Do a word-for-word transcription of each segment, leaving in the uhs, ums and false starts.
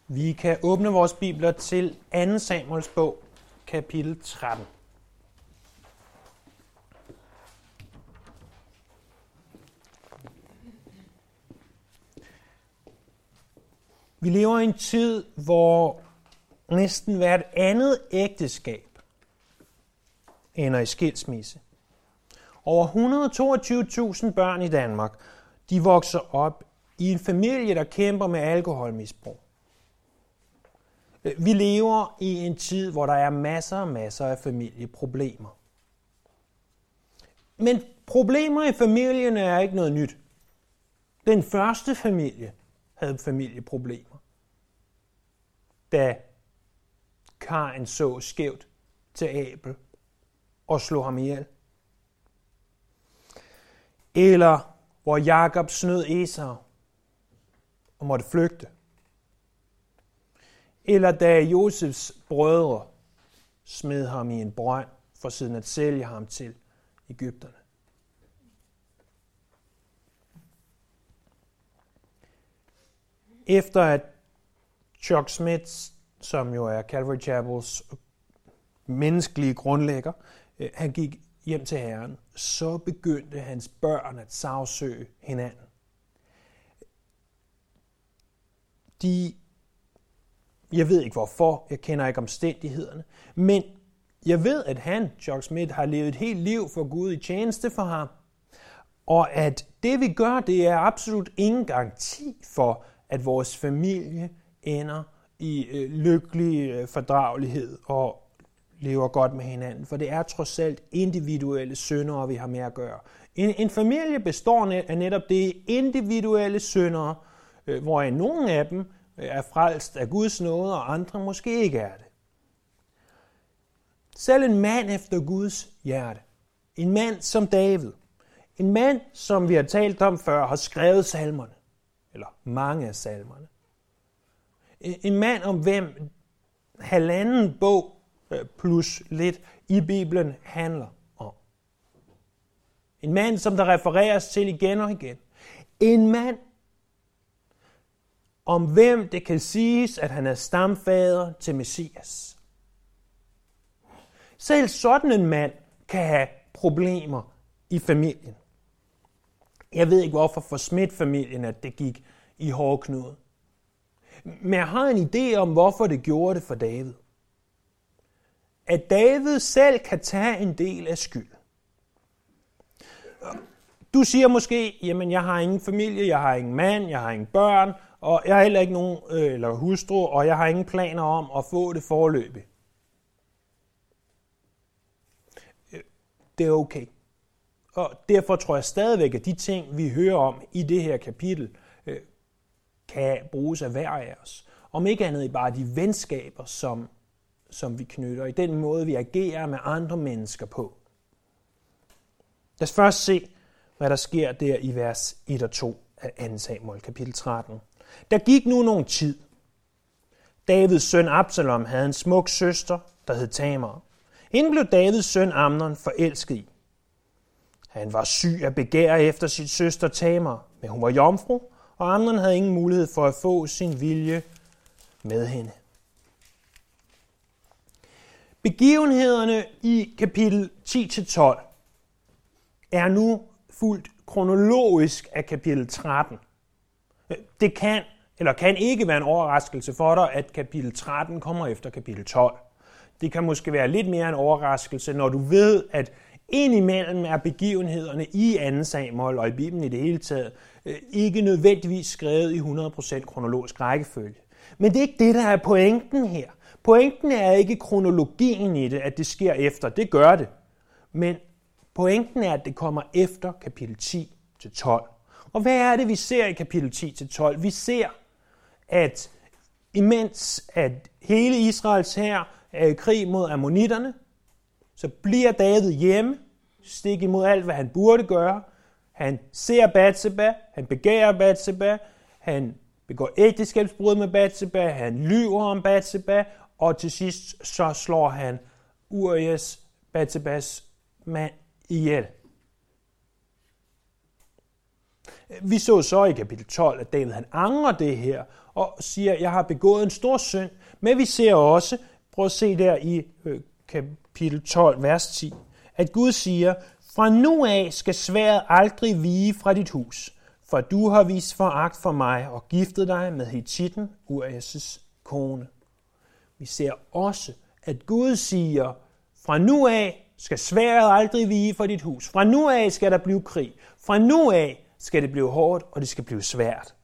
Vi kan åbne vores bibler til anden Samuels bog, kapitel tretten. Vi lever i en tid, hvor næsten hvert andet ægteskab ender i skilsmisse. Over et hundrede og toogtyve tusind børn i Danmark, de vokser op i en familie, der kæmper med alkoholmisbrug. Vi lever i en tid, hvor der er masser og masser af familieproblemer. Men problemer i familien er ikke noget nyt. Den første familie havde familieproblemer, da Kain så skævt til Abel og slog ham ihjel. Eller hvor Jakob snød Esau og måtte flygte. Eller da Josefs brødre smed ham i en brønd for siden at sælge ham til Egypterne. Efter at Chuck Smith, som jo er Calvary Chapels menneskelige grundlægger, han gik hjem til Herren, så begyndte hans børn at sagsøge hinanden. De, jeg ved ikke hvorfor, jeg kender ikke omstændighederne, men jeg ved, at han, Chuck Smith, har levet et helt liv for Gud i tjeneste for ham, og at det vi gør, det er absolut ingen garanti for, at vores familie ender i øh, lykkelig øh, fordragelighed og lever godt med hinanden. For det er trods alt individuelle syndere, vi har med at gøre. En, en familie består af netop det individuelle syndere, øh, hvor nogle af dem er frelst af Guds nåde, og andre måske ikke er det. Selv en mand efter Guds hjerte. En mand som David. En mand, som vi har talt om før, har skrevet salmerne. Eller mange af salmerne. En mand, om hvem halvanden bog plus lidt i Bibelen handler om. En mand, som der refereres til igen og igen. En mand, om hvem det kan siges, at han er stamfader til Messias. Selv sådan en mand kan have problemer i familien. Jeg ved ikke, hvorfor for Smith-familien, at det gik i hårdknude. Men jeg har en idé om, hvorfor det gjorde det for David. At David selv kan tage en del af skyld. Du siger måske, jamen jeg har ingen familie, jeg har ingen mand, jeg har ingen børn, og jeg har heller ikke nogen øh, eller hustru, og jeg har ingen planer om at få det foreløbig. Det er okay. Og derfor tror jeg stadigvæk, at de ting, vi hører om i det her kapitel, øh, kan bruges af hver af os. Om ikke andet i bare de venskaber, som, som vi knytter, i den måde, vi agerer med andre mennesker på. Lad os først se, hvad der sker der i vers et og to af anden Samuel, kapitel tretten. Der gik nu nogen tid. Davids søn Absalom havde en smuk søster, der hed Tamar. Hende blev Davids søn Amnon forelsket i. Han var syg af begær efter sin søster Tamar, men hun var jomfru, og Amnon havde ingen mulighed for at få sin vilje med hende. Begivenhederne i kapitel ti til tolv er nu fuldt kronologisk af kapitel tretten. Det kan eller kan ikke være en overraskelse for dig, at kapitel tretten kommer efter kapitel tolv. Det kan måske være lidt mere en overraskelse, når du ved, at indimellem er begivenhederne i anden Samuel og i Bibelen i det hele taget ikke nødvendigvis skrevet i hundrede procent kronologisk rækkefølge. Men det er ikke det, der er pointen her. Pointen er ikke kronologien i det, at det sker efter. Det gør det. Men pointen er, at det kommer efter kapitel ti til tolv. Og hvad er det, vi ser i kapitel ti til tolv? Vi ser, at imens at hele Israels hær er i krig mod ammonitterne, så bliver David hjemme, stik imod alt, hvad han burde gøre. Han ser Batseba, han begærer Batseba, han begår ægteskabsbrud med Batseba, han lyver om Batseba, og til sidst så slår han Urias, Batsebas mand ihjel. Vi så så i kapitel tolv, at David han angrer det her, og siger, jeg har begået en stor synd. Men vi ser også, prøv at se der i kapitel tolv, vers ti, at Gud siger, fra nu af skal sværdet aldrig vige fra dit hus, for du har vist foragt for mig og giftet dig med Hittitten, Urias' kone. Vi ser også, at Gud siger, fra nu af skal sværdet aldrig vige fra dit hus. Fra nu af skal der blive krig. Fra nu af skal det blive hårdt, og det skal blive svært.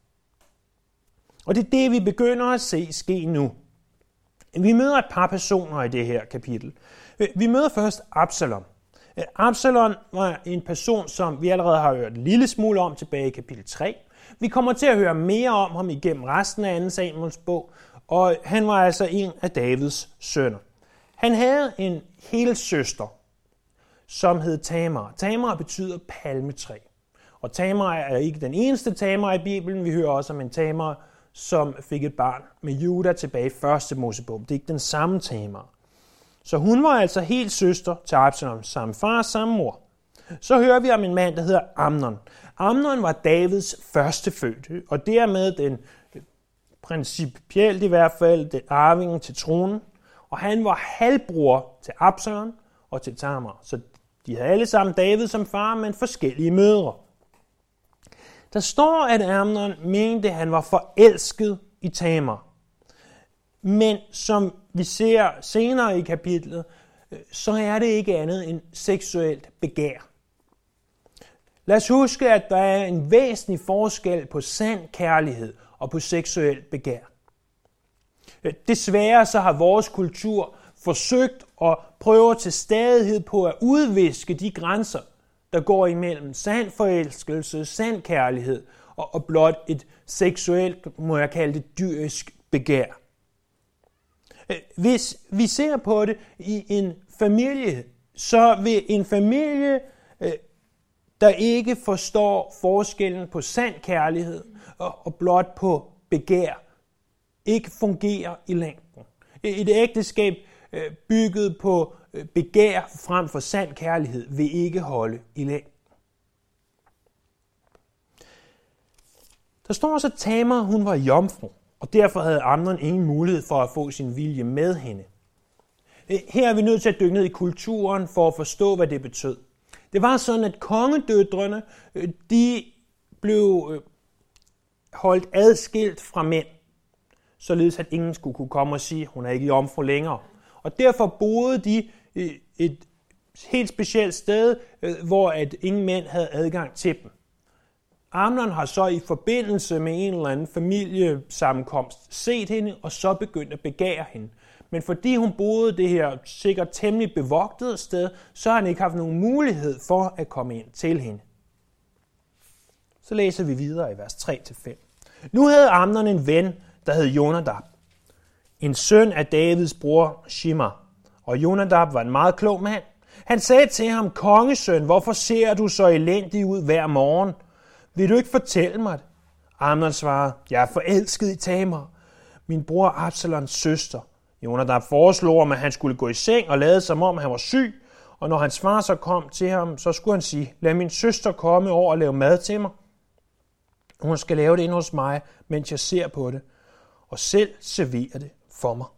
Og det er det, vi begynder at se ske nu. Vi møder et par personer i det her kapitel. Vi møder først Absalom. Absalom var en person, som vi allerede har hørt en lille smule om tilbage i kapitel tre. Vi kommer til at høre mere om ham igennem resten af anden Samuels bog, og han var altså en af Davids sønner. Han havde en helsøster, som hed Tamar. Tamar betyder palmetræ. Og Tamar er ikke den eneste Tamar i Bibelen. Vi hører også om en Tamar, som fik et barn med Juda tilbage i første Mosebog. Det er ikke den samme Tamar. Så hun var altså helt søster til Absalom, samme far, samme mor. Så hører vi om en mand, der hedder Amnon. Amnon var Davids førstefødte, og dermed den principielt i hvert fald den arvingen til tronen. Og han var halvbror til Absalom og til Tamar. Så de havde alle sammen David som far, men forskellige mødre. Der står, at Amnon mente, at han var forelsket i Tamar. Men som vi ser senere i kapitlet, så er det ikke andet end seksuelt begær. Lad os huske, at der er en væsentlig forskel på sand kærlighed og på seksuelt begær. Desværre så har vores kultur forsøgt at prøve til stadighed på at udviske de grænser, der går imellem sand forelskelse, sand kærlighed og, og blot et seksuelt, må jeg kalde det, dyrisk begær. Hvis vi ser på det i en familie, så vil en familie, der ikke forstår forskellen på sand kærlighed og blot på begær, ikke fungere i længden. Et ægteskab bygget på begær frem for sand kærlighed vil ikke holde i længden. Der står også, at Tamar hun var jomfru, og derfor havde Amnon ingen mulighed for at få sin vilje med hende. Her er vi nødt til at dykke ned i kulturen for at forstå, hvad det betød. Det var sådan, at kongedøtrene de blev holdt adskilt fra mænd, således at ingen skulle kunne komme og sige, hun er ikke jomfru længere. Og derfor boede de et helt specielt sted, hvor at ingen mænd havde adgang til dem. Amnon har så i forbindelse med en eller anden familiesammenkomst set hende, og så begyndt at begære hende. Men fordi hun boede det her sikkert temmelig bevogtede sted, så har han ikke haft nogen mulighed for at komme ind til hende. Så læser vi videre i vers tre til fem. Nu havde Amnon en ven, der hed Jonadab, en søn af Davids bror Shimma. Og Jonadab var en meget klog mand. Han sagde til ham, kongesøn, hvorfor ser du så elendig ud hver morgen? Vil du ikke fortælle mig det? Amnon svarede, jeg er forelsket i Tamar, min bror Absaloms søster. Jonadab foreslog ham, at han skulle gå i seng og lade som om han var syg, og når hans far så kom til ham, så skulle han sige, lad min søster komme over og lave mad til mig. Hun skal lave det inde hos mig, mens jeg ser på det, og selv servere det for mig.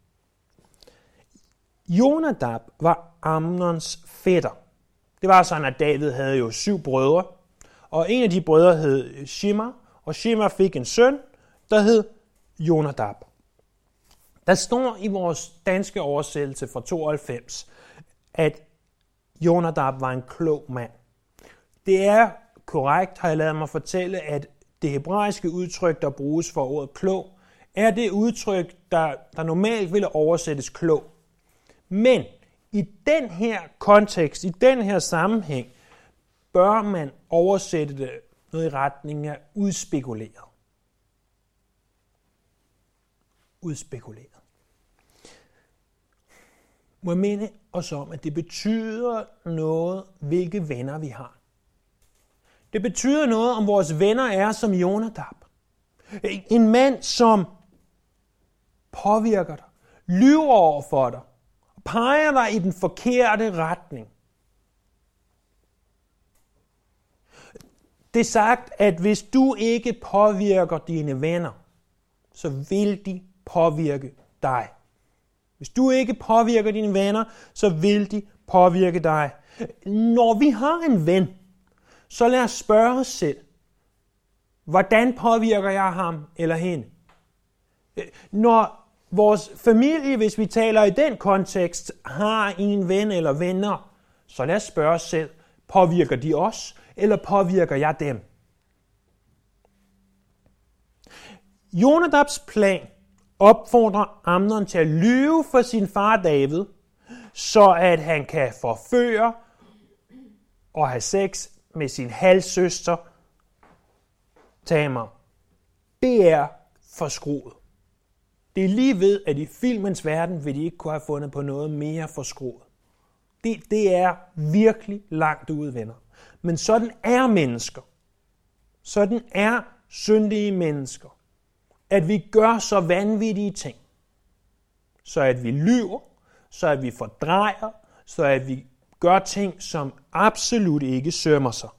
Jonadab var Amnons fætter. Det var sådan, at David havde jo syv brødre, og en af de brødre hed Shimma, og Shimma fik en søn, der hed Jonadab. Der står i vores danske oversættelse fra tooghalvfems, at Jonadab var en klog mand. Det er korrekt, har jeg ladet mig fortælle, at det hebraiske udtryk, der bruges for ordet klog, er det udtryk, der, der normalt ville oversættes klog. Men i den her kontekst, i den her sammenhæng, bør man oversætte det noget i retning af udspekuleret. Udspekuleret. Må jeg minde os om, at det betyder noget, hvilke venner vi har. Det betyder noget, om vores venner er som Jonadab. En mand, som påvirker dig, lyver over for dig, og peger dig i den forkerte retning. Det er sagt, at hvis du ikke påvirker dine venner, så vil de påvirke dig. Hvis du ikke påvirker dine venner, så vil de påvirke dig. Når vi har en ven, så lad os spørge os selv, hvordan påvirker jeg ham eller hende? Når vores familie, hvis vi taler i den kontekst, har en ven eller venner, så lad os spørge os selv, påvirker de os, eller påvirker jeg dem? Jonadabs plan opfordrer Amnon til at lyve for sin far David, så at han kan forføre og have sex med sin halvsøster Tamar. Det er forskruet. Det er lige ved, at i filmens verden vil de ikke kunne have fundet på noget mere forskruet. Det, det er virkelig langt ude, venner. Men sådan er mennesker. Sådan er syndige mennesker. At vi gør så vanvittige ting. Så at vi lyver, så at vi fordrejer, så at vi gør ting, som absolut ikke sømmer sig.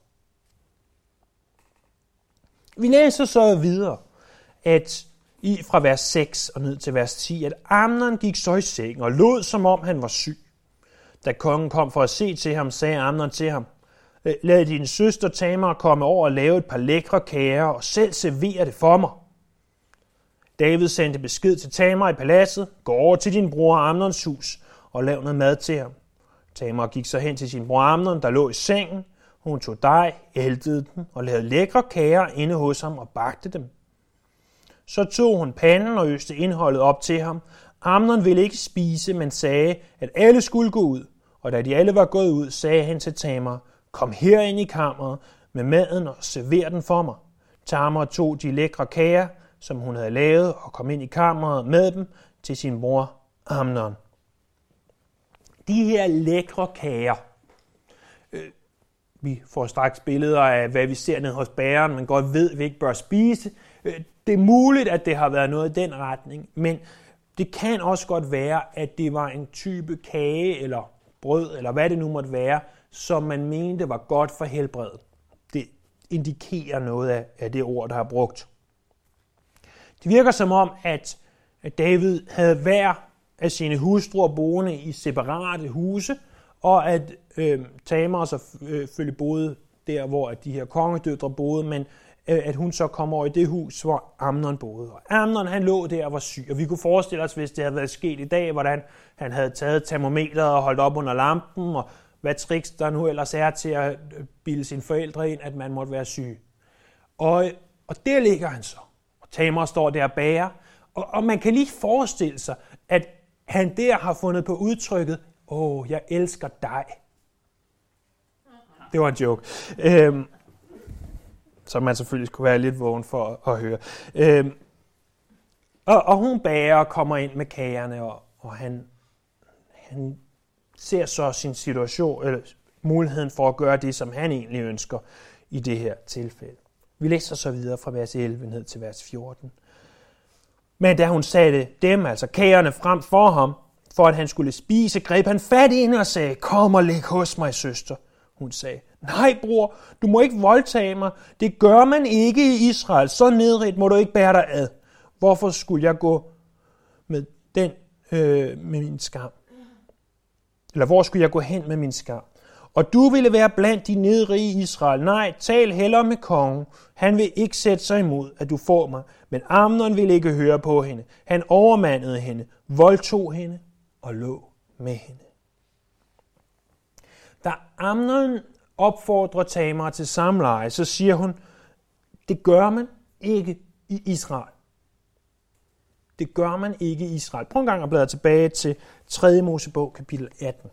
Vi læser så videre, at i fra vers seks og ned til vers ti, at Amnon gik så i seng og lod, som om han var syg. Da kongen kom for at se til ham, sagde Amnon til ham, lad din søster Tamar komme over og lave et par lækre kager og selv servere det for mig. David sendte besked til Tamar i paladset, gå over til din bror Amnons hus og lav noget mad til ham. Tamar gik så hen til sin bror Amnon, der lå i sengen. Hun tog dej, æltede den og lavede lækre kager inde hos ham og bagte dem. Så tog hun panden og øste indholdet op til ham. Amnon ville ikke spise, men sagde, at alle skulle gå ud. Og da de alle var gået ud, sagde han til Tamar, kom herind i kammeret med maden og server den for mig. Tamar tog de lækre kager, som hun havde lavet, og kom ind i kammeret med dem til sin bror Amnon. De her lækre kager. Øh, vi får straks billeder af, hvad vi ser nede hos bageren, men godt ved, at vi ikke bør spise. Øh, det er muligt, at det har været noget i den retning, men det kan også godt være, at det var en type kage eller brød, eller hvad det nu måtte være, som man mente var godt for helbredet. Det indikerer noget af, af det ord, der er brugt. Det virker som om, at David havde hver af sine hustruer boende i separate huse, og at øh, Tamar så selvfølgelig boede der, hvor de her kongedøtre boede, men øh, at hun så kom over i det hus, hvor Amnon boede. Og Amnon, han lå der og var syg, og vi kunne forestille os, hvis det havde været sket i dag, hvordan han havde taget termometeret og holdt op under lampen, og hvad tricks der nu ellers er til at bilde sine forældre ind, at man måtte være syg. Og, og der ligger han så. Tamar står der og bager, og, og man kan lige forestille sig, at han der har fundet på udtrykket, åh, jeg elsker dig. Det var en joke, øhm, som man selvfølgelig skulle være lidt vågen for at, at høre. Øhm, og, og hun bager og kommer ind med kagerne, og, og han, han ser så sin situation, eller muligheden for at gøre det, som han egentlig ønsker i det her tilfælde. Vi læser så videre fra vers elleve ned til vers fjorten. Men da hun satte dem, altså kagerne, frem for ham, for at han skulle spise, greb han fat i hende og sagde, kom og læg hos mig, søster. Hun sagde, nej bror, du må ikke voldtage mig. Det gør man ikke i Israel. Så nedrigt må du ikke bære dig ad. Hvorfor skulle jeg gå med den øh, med min skam? Eller hvor skulle jeg gå hen med min skam? Og du ville være blandt de nedrige i Israel. Nej, tal hellere med kongen. Han vil ikke sætte sig imod, at du får mig. Men Amnon ville ikke høre på hende. Han overmandede hende, voldtog hende og lå med hende. Da Amnon opfordrer Tamar til samleje, så siger hun, det gør man ikke i Israel. Det gør man ikke i Israel. Prøv en gang at bladre tilbage til tredje Mosebog, kapitel atten.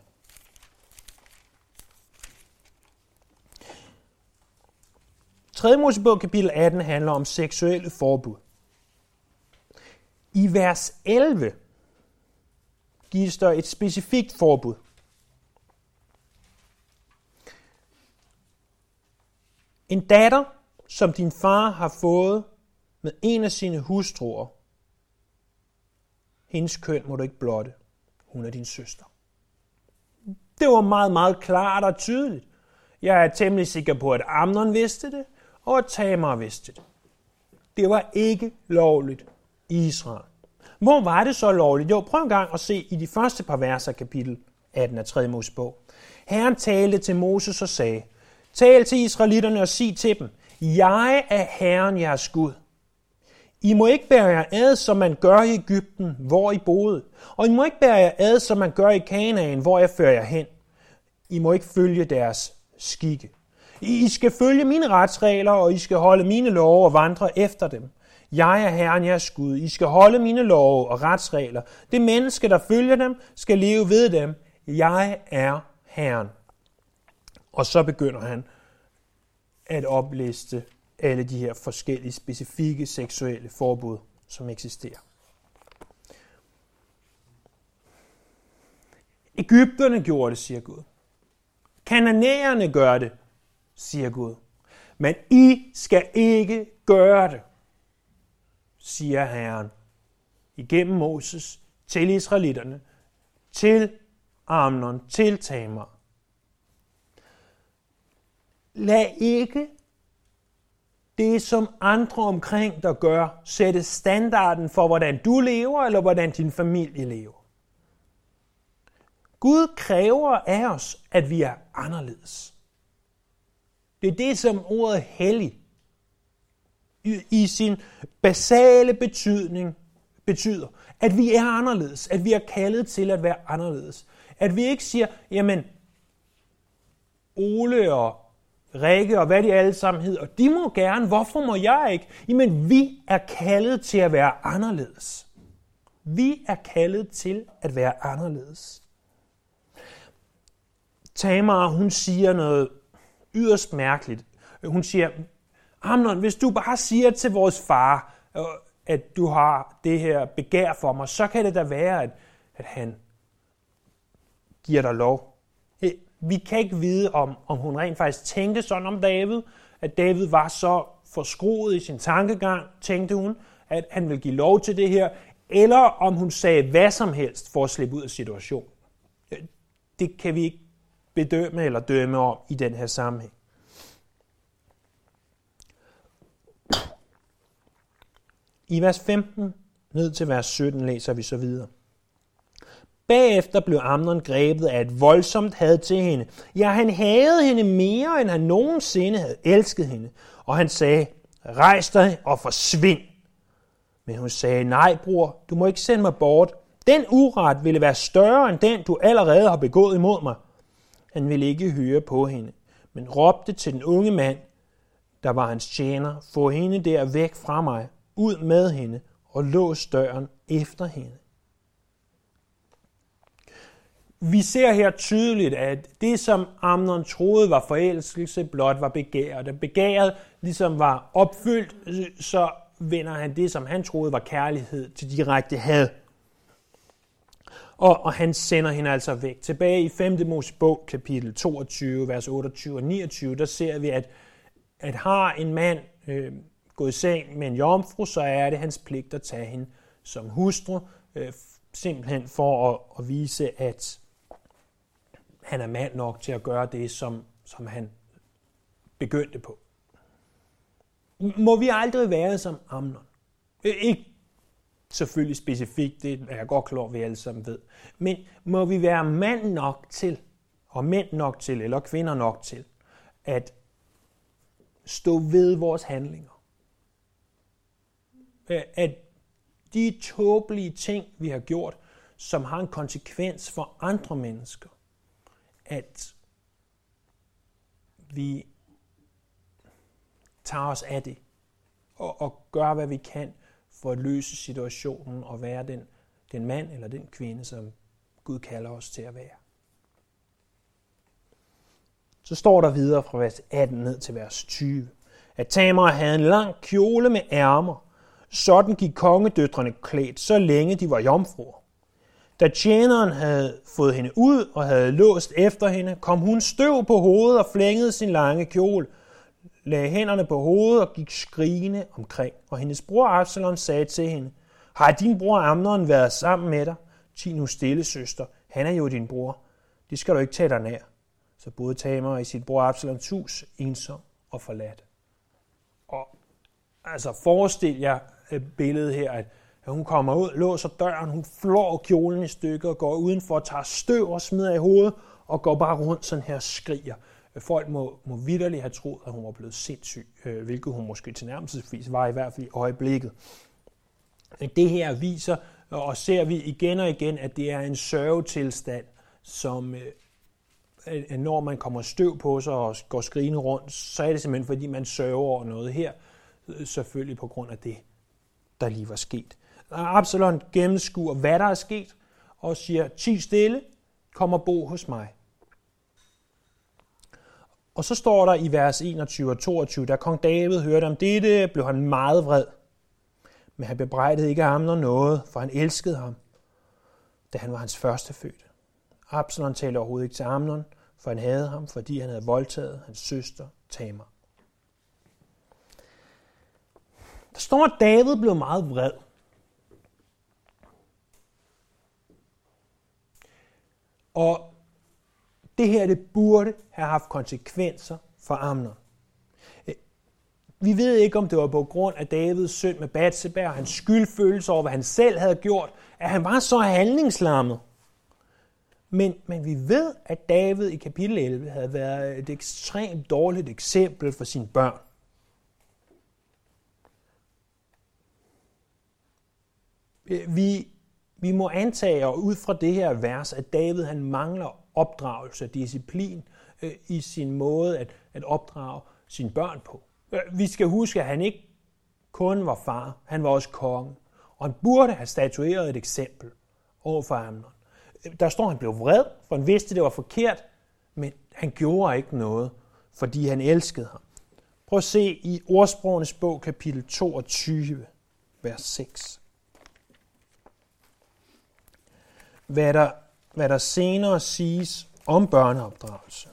tredje Mosebog, kapitel atten, handler om seksuelle forbud. I vers elleve gives der et specifikt forbud. En datter, som din far har fået med en af sine hustruer, hendes køn må du ikke blotte. Hun er din søster. Det var meget, meget klart og tydeligt. Jeg er temmelig sikker på, at Amnon vidste det, og Tamar vidste det. Det var ikke lovligt i Israel. Hvor var det så lovligt? Jo, prøv en gang at se i de første par vers af kapitel atten af tredje Mosebog. Herren talte til Moses og sagde, tal til israelitterne og sig til dem, jeg er Herren jeres Gud. I må ikke bære jer ad, som man gør i Egypten, hvor I boede. Og I må ikke bære jer ad, som man gør i Kanaan, hvor jeg fører jer hen. I må ikke følge deres skikke. I skal følge mine retsregler, og I skal holde mine love og vandre efter dem. Jeg er Herren jeres Gud. I skal holde mine love og retsregler. Det menneske, der følger dem, skal leve ved dem. Jeg er Herren. Og så begynder han at opliste alle de her forskellige specifikke seksuelle forbud, som eksisterer. Egypterne gjorde det, siger Gud. Kananæerne gør det, siger Gud. Men I skal ikke gøre det, siger Herren, igennem Moses til israelitterne, til Amnon, til Tamar. Lad ikke det, som andre omkring dig gør, sætte standarden for, hvordan du lever, eller hvordan din familie lever. Gud kræver af os, at vi er anderledes. Det er det, som ordet hellig i, i sin basale betydning betyder. At vi er anderledes. At vi er kaldet til at være anderledes. At vi ikke siger, jamen, Ole og Rikke og hvad de alle sammen hedder, de må gerne, hvorfor må jeg ikke? Jamen, vi er kaldet til at være anderledes. Vi er kaldet til at være anderledes. Tamar, hun siger noget yderst mærkeligt. Hun siger, Amnon, hvis du bare siger til vores far, at du har det her begær for mig, så kan det da være, at, at han giver dig lov. Vi kan ikke vide, om, om hun rent faktisk tænkte sådan om David, at David var så forskruet i sin tankegang, tænkte hun, at han ville give lov til det her, eller om hun sagde hvad som helst for at slippe ud af situationen. Det kan vi ikke bedømme eller dømme om i den her sammenhæng. I vers femten ned til vers sytten læser vi så videre. Bagefter blev Amnon grebet af et voldsomt had til hende. Ja, han hadede hende mere, end han nogensinde havde elsket hende. Og han sagde, rejs dig og forsvind. Men hun sagde, nej bror, du må ikke sende mig bort. Den uret ville være større end den, du allerede har begået imod mig. Han ville ikke høre på hende, men råbte til den unge mand, der var hans tjener, få hende der væk fra mig, ud med hende og lås døren efter hende. Vi ser her tydeligt, at det, som Amnon troede var forelskelse, blot var begær. Da begæret ligesom var opfyldt, så vender han det, som han troede var kærlighed, til direkte had. Og, og han sender hende altså væk. Tilbage i femte Mosebog, kapitel toogtyve, vers otteogtyve og niogtyve, der ser vi, at, at har en mand øh, gået i seng med en jomfru, så er det hans pligt at tage hende som hustru, øh, simpelthen for at, at vise, at han er mand nok til at gøre det, som, som han begyndte på. Må vi aldrig være som Amnon? Ikke selvfølgelig specifikt, det er jeg godt klar over, vi alle sammen ved. Men må vi være mand nok til, og mænd nok til, eller kvinder nok til, at stå ved vores handlinger. At de tåbelige ting, vi har gjort, som har en konsekvens for andre mennesker, at vi tager os af det, og, og gør, hvad vi kan for at løse situationen og være den, den mand eller den kvinde, som Gud kalder os til at være. Så står der videre fra vers atten ned til vers tyve, at Tamar havde en lang kjole med ærmer. Sådan gik kongedøtrene klædt, så længe de var jomfruer. Da tjeneren havde fået hende ud og havde låst efter hende, kom hun støv på hovedet og flængede sin lange kjole, lagde hænderne på hovedet og gik skrigende omkring. Og hendes bror Absalom sagde til hende, har din bror Amnon været sammen med dig? Ti nu stille, søster, han er jo din bror. Det skal du ikke tage dig nær. Så boede Tamar i sit bror Absaloms hus, ensom og forladt. Og altså forestil jer billedet her, at hun kommer ud, låser døren, hun flår kjolen i stykker og går udenfor, tager støv og smider i hovedet og går bare rundt sådan her og skriger. Folk må, må vitterligt have troet, at hun var blevet sindssyg, hvilket hun måske tilnærmelsesvis var i hvert fald i øjeblikket. Det her viser, og ser vi igen og igen, at det er en sørgetilstand, som når man kommer støv på sig og går skrigende rundt, så er det simpelthen fordi man sørger over noget her, selvfølgelig på grund af det, der lige var sket. Absalom gennemskuer, hvad der er sket, og siger, ti stille, kom og bo hos mig. Og så står der i vers enogtyve og toogtyve, da kong David hørte om dette, blev han meget vred. Men han bebrejdede ikke Amnon noget, for han elskede ham, da han var hans førstefødte. Absalom talte overhovedet ikke til Amnon, for han havde ham, fordi han havde voldtaget hans søster Tamar. Der står, at David blev meget vred. Og det her, det burde have haft konsekvenser for Amnon. Vi ved ikke, om det var på grund af Davids synd med Batseba og hans skyldfølelse over, hvad han selv havde gjort, at han var så handlingslammet. Men, men vi ved, at David i kapitel elleve havde været et ekstremt dårligt eksempel for sine børn. Vi, vi må antage, og ud fra det her vers, at David han mangler opdragelse og disciplin øh, i sin måde at, at opdrage sine børn på. Vi skal huske, at han ikke kun var far, han var også konge. Og han burde have statueret et eksempel over for Amnon. Der står, at han blev vred, for han vidste, at det var forkert, men han gjorde ikke noget, fordi han elskede ham. Prøv at se i Ordsprogenes bog, kapitel toogtyve, vers seks. Hvad der, hvad der senere siges om børneopdragelse.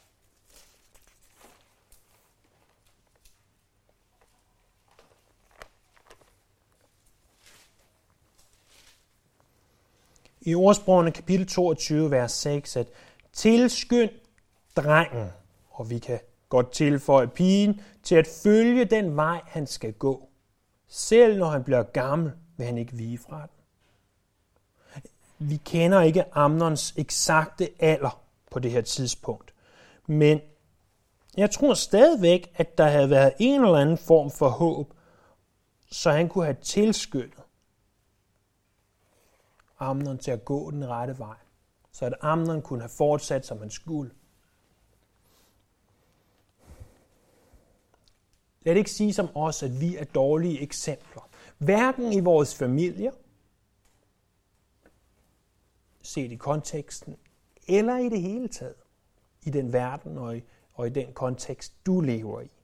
I Ordsprogene kapitel toogtyve, vers seks, at tilskynd drengen, og vi kan godt tilføje pigen, til at følge den vej, han skal gå. Selv når han bliver gammel, vil han ikke vige fra den. Vi kender ikke Amnons eksakte alder på det her tidspunkt, men jeg tror stadigvæk, at der havde været en eller anden form for håb, så han kunne have tilskyndet Amnon til at gå den rette vej, så at Amnon kunne have fortsat, som han skulle. Lad det ikke sige som os, at vi er dårlige eksempler. Hverken i vores familier, set i konteksten, eller i det hele taget, i den verden og i, og i den kontekst, du lever i.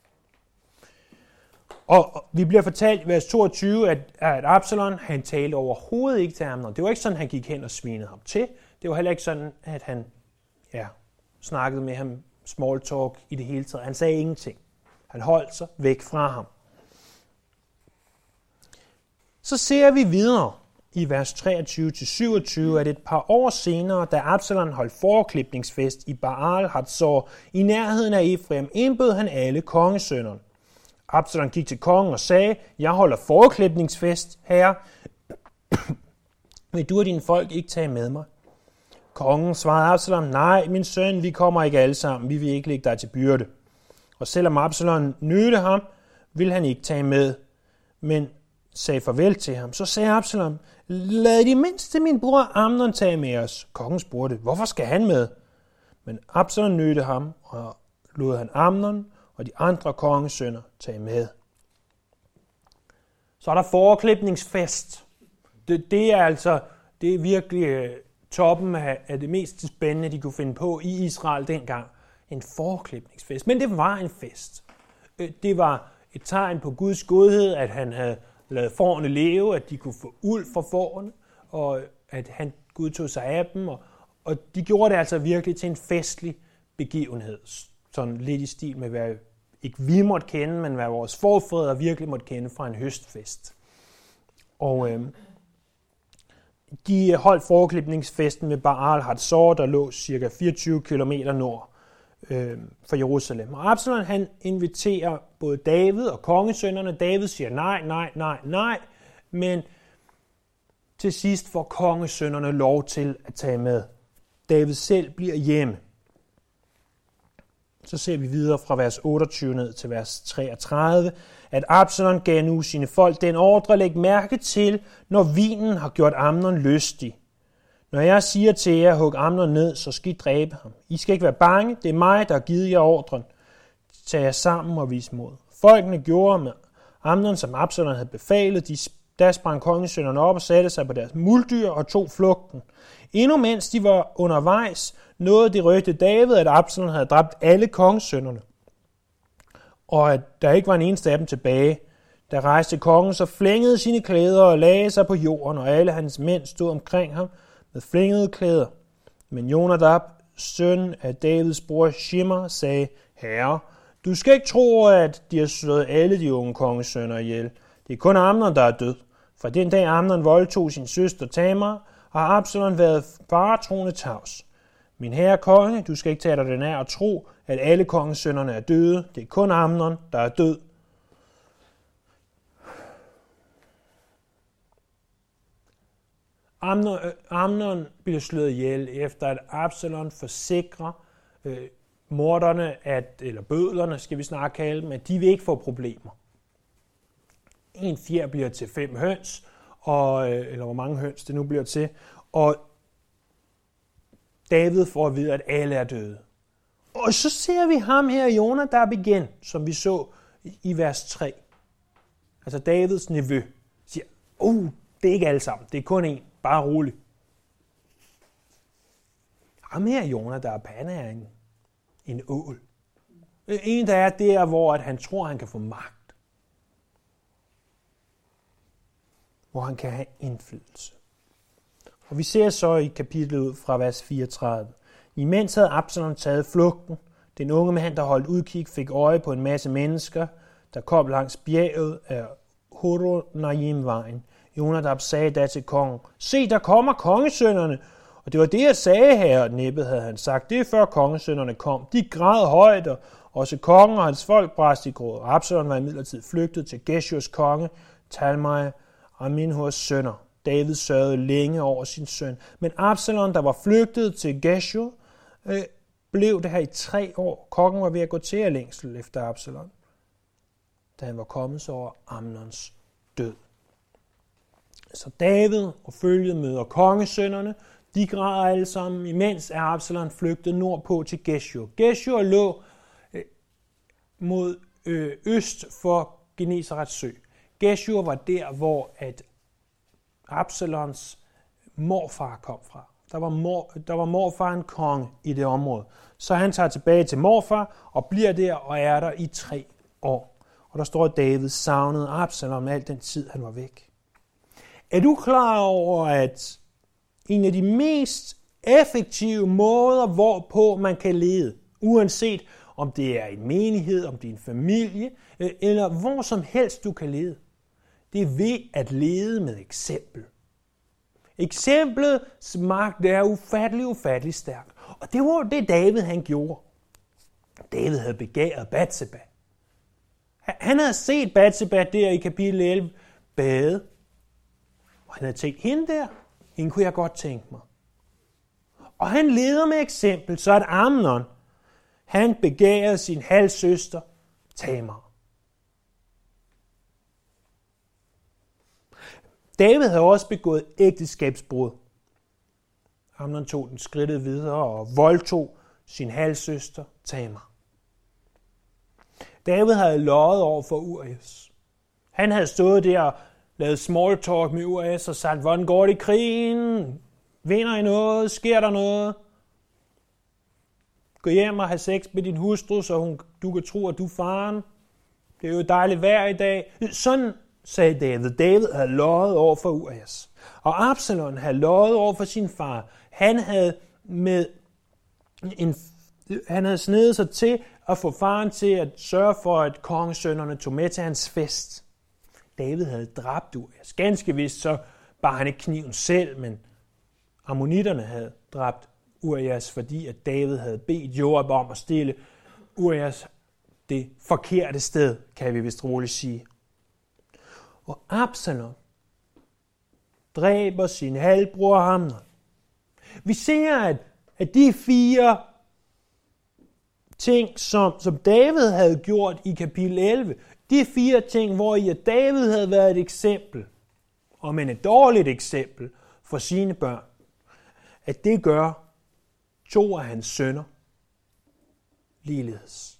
Og vi bliver fortalt i vers toogtyve, at, at Absalom, han talte overhovedet ikke til Amnon. Det var ikke sådan, han gik hen og svinede ham til. Det var heller ikke sådan, at han ja, snakkede med ham small talk i det hele taget. Han sagde ingenting. Han holdt sig væk fra ham. Så ser vi videre i vers treogtyve til syvogtyve, at et par år senere, da Absalom holdt forklipningsfest i Baal Hatzor i nærheden af Efraim, indbød han alle kongesønnerne. Absalom gik til kongen og sagde, jeg holder forklipningsfest, herre. Vil du og dine folk ikke tage med mig? Kongen svarede Absalom, nej, min søn, vi kommer ikke alle sammen, vi vil ikke lægge dig til byrde. Og selvom Absalom nødte ham, ville han ikke tage med, men sagde farvel til ham. Så sagde Absalom, lad de mindste min bror Amnon tage med os. Kongen spurgte, hvorfor skal han med? Men Absalom nødte ham, og lod han Amnon og de andre kongesønner tage med. Så er der forklipningsfest. Det, det er altså det er virkelig toppen af, af det mest spændende, de kunne finde på i Israel dengang. En forklipningsfest. Men det var en fest. Det var et tegn på Guds godhed, at han havde ladet fårene leve, at de kunne få uld fra fårene, og at han Gud tog sig af dem. Og, og de gjorde det altså virkelig til en festlig begivenhed. Sådan lidt i stil med, hvad ikke vi måtte kende, men hvad vores forfædre virkelig måtte kende fra en høstfest. Og øh, de holdt forklipningsfesten med Baal Hatzor, der lå cirka fireogtyve kilometer nord øh, for Jerusalem. Og Absalom han inviterer både David og kongesønnerne. David siger nej, nej, nej, nej, men til sidst får kongesønnerne lov til at tage med. David selv bliver hjemme. Så ser vi videre fra vers otteogtyve ned til vers treogtredive, at Absalom gav nu sine folk den ordre, læg mærke til, når vinen har gjort Amnon lystig. Når jeg siger til jer, hug Amnon ned, så skal I dræbe ham. I skal ikke være bange, det er mig, der har givet jer ordren. Tag jer sammen og vis mod. Folkene gjorde med Amnon, som Absalom havde befalet. De, der sprang kongesønnerne op og satte sig på deres muldyr og tog flugten. Endnu mens de var undervejs, nåede det rygte David, at Absalom havde dræbt alle kongesønnerne, og at der ikke var en eneste af dem tilbage. Der rejste kongen, så flængede sine klæder og lagde sig på jorden, og alle hans mænd stod omkring ham med flængede klæder. Men Jonadab, søn af Davids bror Shimmer, sagde, Herre, du skal ikke tro, at de har slået alle de unge kongesønner ihjel. Det er kun Amnon, der er død. Fra den dag Amnon voldtog sin søster Tamar, har Absalom været faretroende tavs. Min herre konge, du skal ikke tage dig den af og tro, at alle kongesønnerne er døde. Det er kun Amnon, der er død. Amnon, øh, Amnon bliver slået ihjel, efter at Absalom forsikrer øh, morderne, at, eller bødlerne, skal vi snart kalde dem, at de vil ikke få problemer. En fjer bliver til fem høns, og, øh, eller hvor mange høns det nu bliver til, og David får at vide, at alle er døde. Og så ser vi ham her, Jonadab igen, som vi så i vers tre. Altså Davids nevø siger, uh, det er ikke alle sammen, det er kun en, bare rolig. Ham her, Jonadab, han er en, en ål. En, der er der, hvor at han tror, han kan få magt. Hvor han kan have indflydelse. Og vi ser så i kapitlet ud fra vers fireogtredive. Imens havde Absalom taget flugten. Den unge mand, der holdt udkig, fik øje på en masse mennesker, der kom langs bjerget af Horonaim-vejen. Jonadab sagde da til kongen, se, der kommer kongesønnerne. Og det var det, jeg sagde her, Nippet havde han sagt. Det er før kongesønnerne kom. De græd højt, og også kongen og hans folk bræst i gråd. Absalom var imidlertid flygtet til Geshurs konge, Talmai, Aminhurs sønner. David sørgede længe over sin søn. Men Absalom, der var flygtet til Geshur, øh, blev det her i tre år. Kongen var ved at gå til af længsel efter Absalom, da han var kommet så over Amnons død. Så David og følget møder kongesønnerne. De græder alle sammen, imens er Absalom flygtet nordpå til Geshur. Geshur lå øh, mod øh, øst for Genesarets sø. Geshur var der, hvor at Absaloms morfar kom fra. Der var, mor, der var morfar en konge i det område. Så han tager tilbage til morfar og bliver der og er der i tre år. Og der står, at David savnede Absalom al den tid, han var væk. Er du klar over, at en af de mest effektive måder, hvorpå man kan lede, uanset om det er en menighed, om det er en familie, eller hvor som helst du kan lede, det er ved at lede med eksempel. Eksemplets magt er ufattelig, ufattelig stærk. Og det var det, David han gjorde. David havde begæret Batseba. Han havde set Batseba der i kapitel elleve bade. Og han havde tænkt, hende der, hende kunne jeg godt tænke mig. Og han leder med eksempel, så at Amnon, han begærede sin halvsøster Tamar. David havde også begået ægteskabsbrud. Amnon tog den skridtet videre og voldtog sin halvsøster Tamar. David havde løjet over for Urias. Han havde stået der og lavet small talk med Urias og sagt, hvordan går det i krigen? Vinder I noget? Sker der noget? Gå hjem og have sex med din hustru, så hun, du kan tro, at du er faren. Det er jo dejligt vejr i dag. Sådan sagde David. David havde løjet over for Urias. Og Absalom havde løjet over for sin far. Han havde, med en, han havde snedet sig til at få faren til at sørge for, at kongesønnerne tog med til hans fest. David havde dræbt Urias. Ganske vist så bar han ikke kniven selv, men ammonitterne havde dræbt Urias, fordi at David havde bedt Joab om at stille Urias det forkerte sted, kan vi vist roligt sige. Og Absalom dræber sin halvbror Amnon. Vi ser, at, at de fire ting, som, som David havde gjort i kapitel elleve, de fire ting, hvor i at David havde været et eksempel, og men et dårligt eksempel for sine børn, at det gør to af hans sønner ligeledes.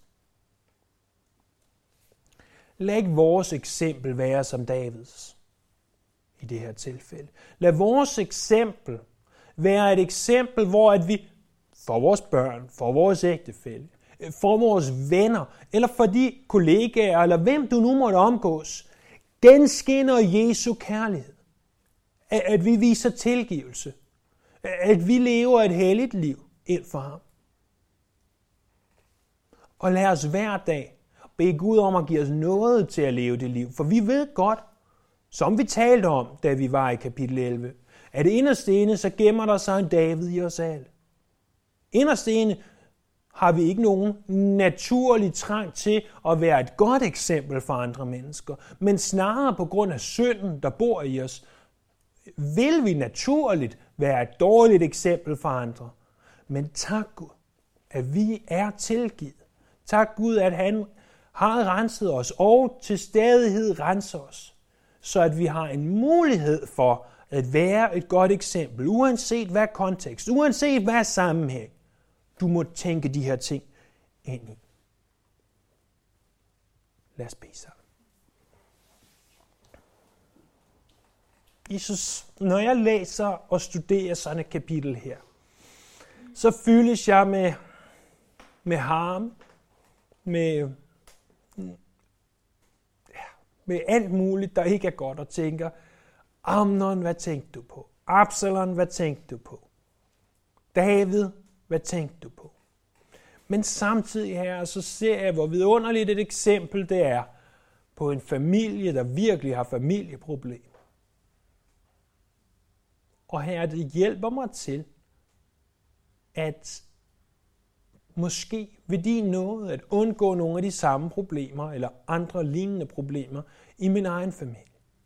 Lad ikke vores eksempel være som Davids i det her tilfælde. Lad vores eksempel være et eksempel, hvor at vi for vores børn, for vores ægtefælle, for vores venner, eller for de kollegaer, eller hvem du nu måtte omgås, genskinner Jesu kærlighed. At vi viser tilgivelse. At vi lever et helligt liv ind for ham. Og lad os hver dag bede Gud om at give os noget til at leve det liv. For vi ved godt, som vi talte om, da vi var i kapitel elleve, at inderst inde, så gemmer der sig en David i os alle. Inderst inde har vi ikke nogen naturlig trang til at være et godt eksempel for andre mennesker, men snarere på grund af synden, der bor i os, vil vi naturligt være et dårligt eksempel for andre. Men tak Gud, at vi er tilgivet. Tak Gud, at han har renset os og til stadighed renser os, så at vi har en mulighed for at være et godt eksempel, uanset hvad kontekst, uanset hvad sammenhæng. Du må tænke de her ting ind i. Lad os bede sammen. Jesus, når jeg læser og studerer sådan et kapitel her, så fyldes jeg med, med harm, med, ja, med alt muligt, der ikke er godt, og tænker, Amnon, hvad tænkte du på? Absalom, hvad tænkte du på? David, hvad tænkte du på? Men samtidig her, så ser jeg, hvor vidunderligt et eksempel det er på en familie, der virkelig har familieproblemer. Og her, det hjælper mig til, at måske ved din nåde at undgå nogle af de samme problemer, eller andre lignende problemer i min egen familie.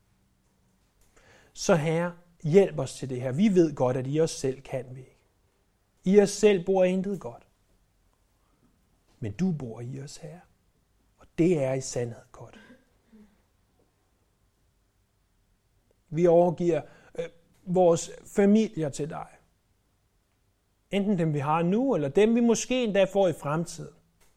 Så Herre, hjælp os til det her. Vi ved godt, at i os selv kan vi ikke. I os selv bor intet godt. Men du bor i os, Herre. Og det er i sandhed godt. Vi overgiver øh, vores familier til dig. Enten dem, vi har nu, eller dem, vi måske endda får i fremtiden.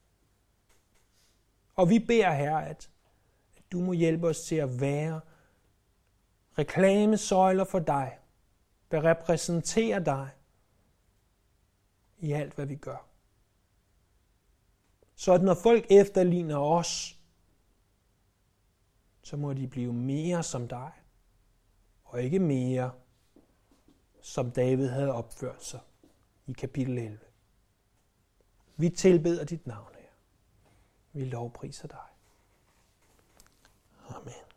Og vi beder, Herre, at, at du må hjælpe os til at være reklamesøjler for dig, der repræsenterer dig i alt, hvad vi gør. Så at når folk efterligner os, så må de blive mere som dig, og ikke mere som David havde opført sig i kapitel elleve. Vi tilbeder dit navn her. Vi lovpriser dig. Amen.